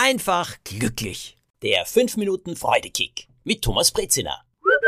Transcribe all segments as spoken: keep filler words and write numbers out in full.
Einfach glücklich. Der fünf Minuten Freudekick mit Thomas Brezina.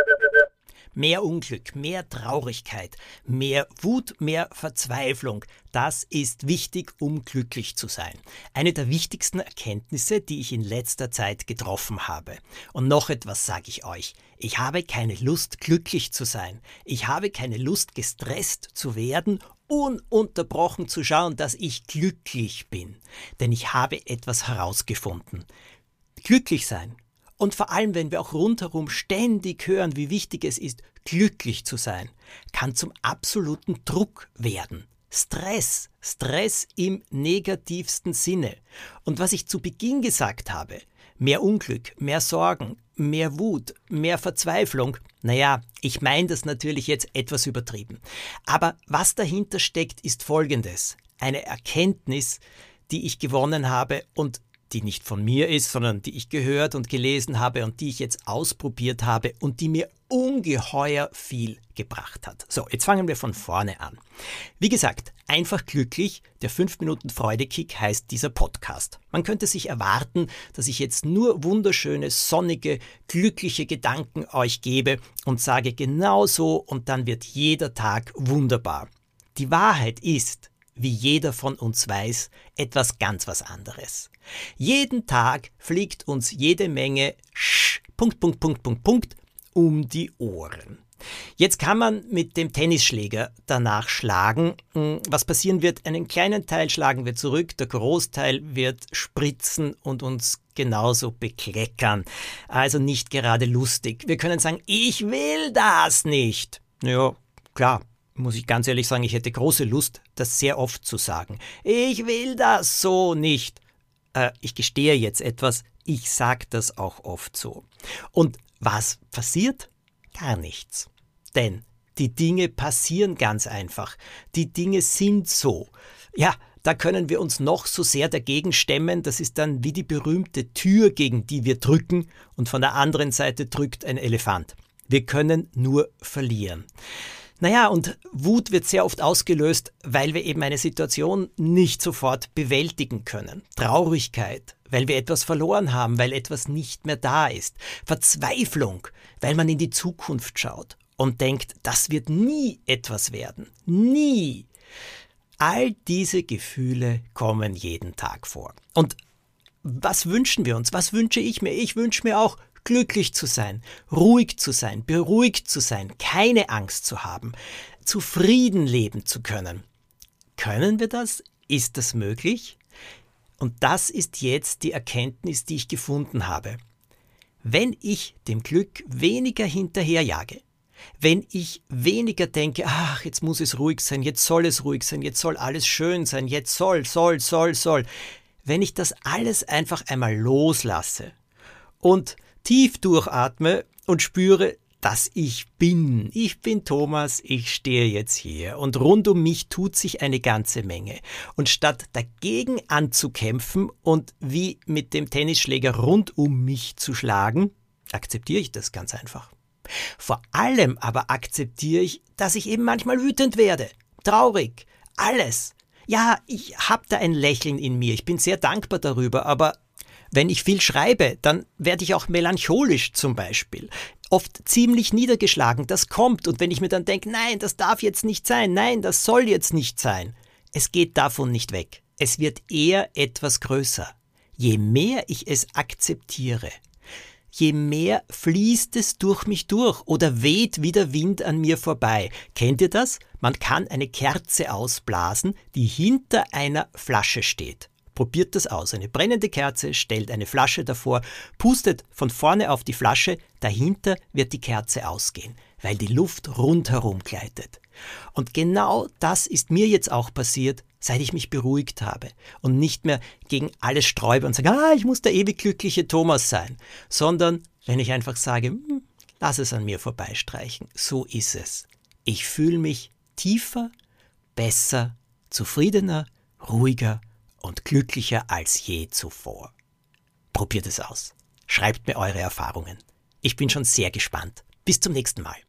Mehr Unglück, mehr Traurigkeit, mehr Wut, mehr Verzweiflung. Das ist wichtig, um glücklich zu sein. Eine der wichtigsten Erkenntnisse, die ich in letzter Zeit getroffen habe. Und noch etwas sage ich euch. Ich habe keine Lust, glücklich zu sein. Ich habe keine Lust, gestresst zu werden, ununterbrochen zu schauen, dass ich glücklich bin. Denn ich habe etwas herausgefunden. Glücklich sein. Und vor allem, wenn wir auch rundherum ständig hören, wie wichtig es ist, glücklich zu sein, kann zum absoluten Druck werden. Stress, Stress im negativsten Sinne. Und was ich zu Beginn gesagt habe, mehr Unglück, mehr Sorgen, mehr Wut, mehr Verzweiflung, naja, ich meine das natürlich jetzt etwas übertrieben. Aber was dahinter steckt, ist Folgendes. Eine Erkenntnis, die ich gewonnen habe und die nicht von mir ist, sondern die ich gehört und gelesen habe und die ich jetzt ausprobiert habe und die mir ungeheuer viel gebracht hat. So, jetzt fangen wir von vorne an. Wie gesagt, einfach glücklich, der fünf Minuten Freudekick heißt dieser Podcast. Man könnte sich erwarten, dass ich jetzt nur wunderschöne, sonnige, glückliche Gedanken euch gebe und sage genau so und dann wird jeder Tag wunderbar. Die Wahrheit ist, wie jeder von uns weiß, etwas ganz was anderes. Jeden Tag fliegt uns jede Menge Sch, Punkt, Punkt, Punkt, Punkt, Punkt um die Ohren. Jetzt kann man mit dem Tennisschläger danach schlagen. Was passieren wird? Einen kleinen Teil schlagen wir zurück, der Großteil wird spritzen und uns genauso bekleckern. Also nicht gerade lustig. Wir können sagen, ich will das nicht. Ja, klar. Muss ich ganz ehrlich sagen, ich hätte große Lust, das sehr oft zu sagen. Ich will das so nicht. Äh, ich gestehe jetzt etwas, ich sage das auch oft so. Und was passiert? Gar nichts. Denn die Dinge passieren ganz einfach. Die Dinge sind so. Ja, da können wir uns noch so sehr dagegen stemmen. Das ist dann wie die berühmte Tür, gegen die wir drücken und von der anderen Seite drückt ein Elefant. Wir können nur verlieren. Naja, und Wut wird sehr oft ausgelöst, weil wir eben eine Situation nicht sofort bewältigen können. Traurigkeit, weil wir etwas verloren haben, weil etwas nicht mehr da ist. Verzweiflung, weil man in die Zukunft schaut und denkt, das wird nie etwas werden. Nie. All diese Gefühle kommen jeden Tag vor. Und was wünschen wir uns? Was wünsche ich mir? Ich wünsche mir auch, glücklich zu sein, ruhig zu sein, beruhigt zu sein, keine Angst zu haben, zufrieden leben zu können. Können wir das? Ist das möglich? Und das ist jetzt die Erkenntnis, die ich gefunden habe. Wenn ich dem Glück weniger hinterherjage, wenn ich weniger denke, ach, jetzt muss es ruhig sein, jetzt soll es ruhig sein, jetzt soll alles schön sein, jetzt soll, soll, soll, soll. Wenn ich das alles einfach einmal loslasse und tief durchatme und spüre, dass ich bin. Ich bin Thomas, ich stehe jetzt hier und rund um mich tut sich eine ganze Menge. Und statt dagegen anzukämpfen und wie mit dem Tennisschläger rund um mich zu schlagen, akzeptiere ich das ganz einfach. Vor allem aber akzeptiere ich, dass ich eben manchmal wütend werde, traurig, alles. Ja, ich habe da ein Lächeln in mir, ich bin sehr dankbar darüber, aber wenn ich viel schreibe, dann werde ich auch melancholisch zum Beispiel. Oft ziemlich niedergeschlagen, das kommt. Und wenn ich mir dann denke, nein, das darf jetzt nicht sein, nein, das soll jetzt nicht sein. Es geht davon nicht weg. Es wird eher etwas größer. Je mehr ich es akzeptiere, je mehr fließt es durch mich durch oder weht wie der Wind an mir vorbei. Kennt ihr das? Man kann eine Kerze ausblasen, die hinter einer Flasche steht. Probiert das aus. Eine brennende Kerze, stellt eine Flasche davor, pustet von vorne auf die Flasche, dahinter wird die Kerze ausgehen, weil die Luft rundherum gleitet. Und genau das ist mir jetzt auch passiert, seit ich mich beruhigt habe und nicht mehr gegen alles sträube und sage, ah, ich muss der ewig glückliche Thomas sein, sondern wenn ich einfach sage, hm, lass es an mir vorbeistreichen, so ist es. Ich fühle mich tiefer, besser, zufriedener, ruhiger und glücklicher als je zuvor. Probiert es aus. Schreibt mir eure Erfahrungen. Ich bin schon sehr gespannt. Bis zum nächsten Mal.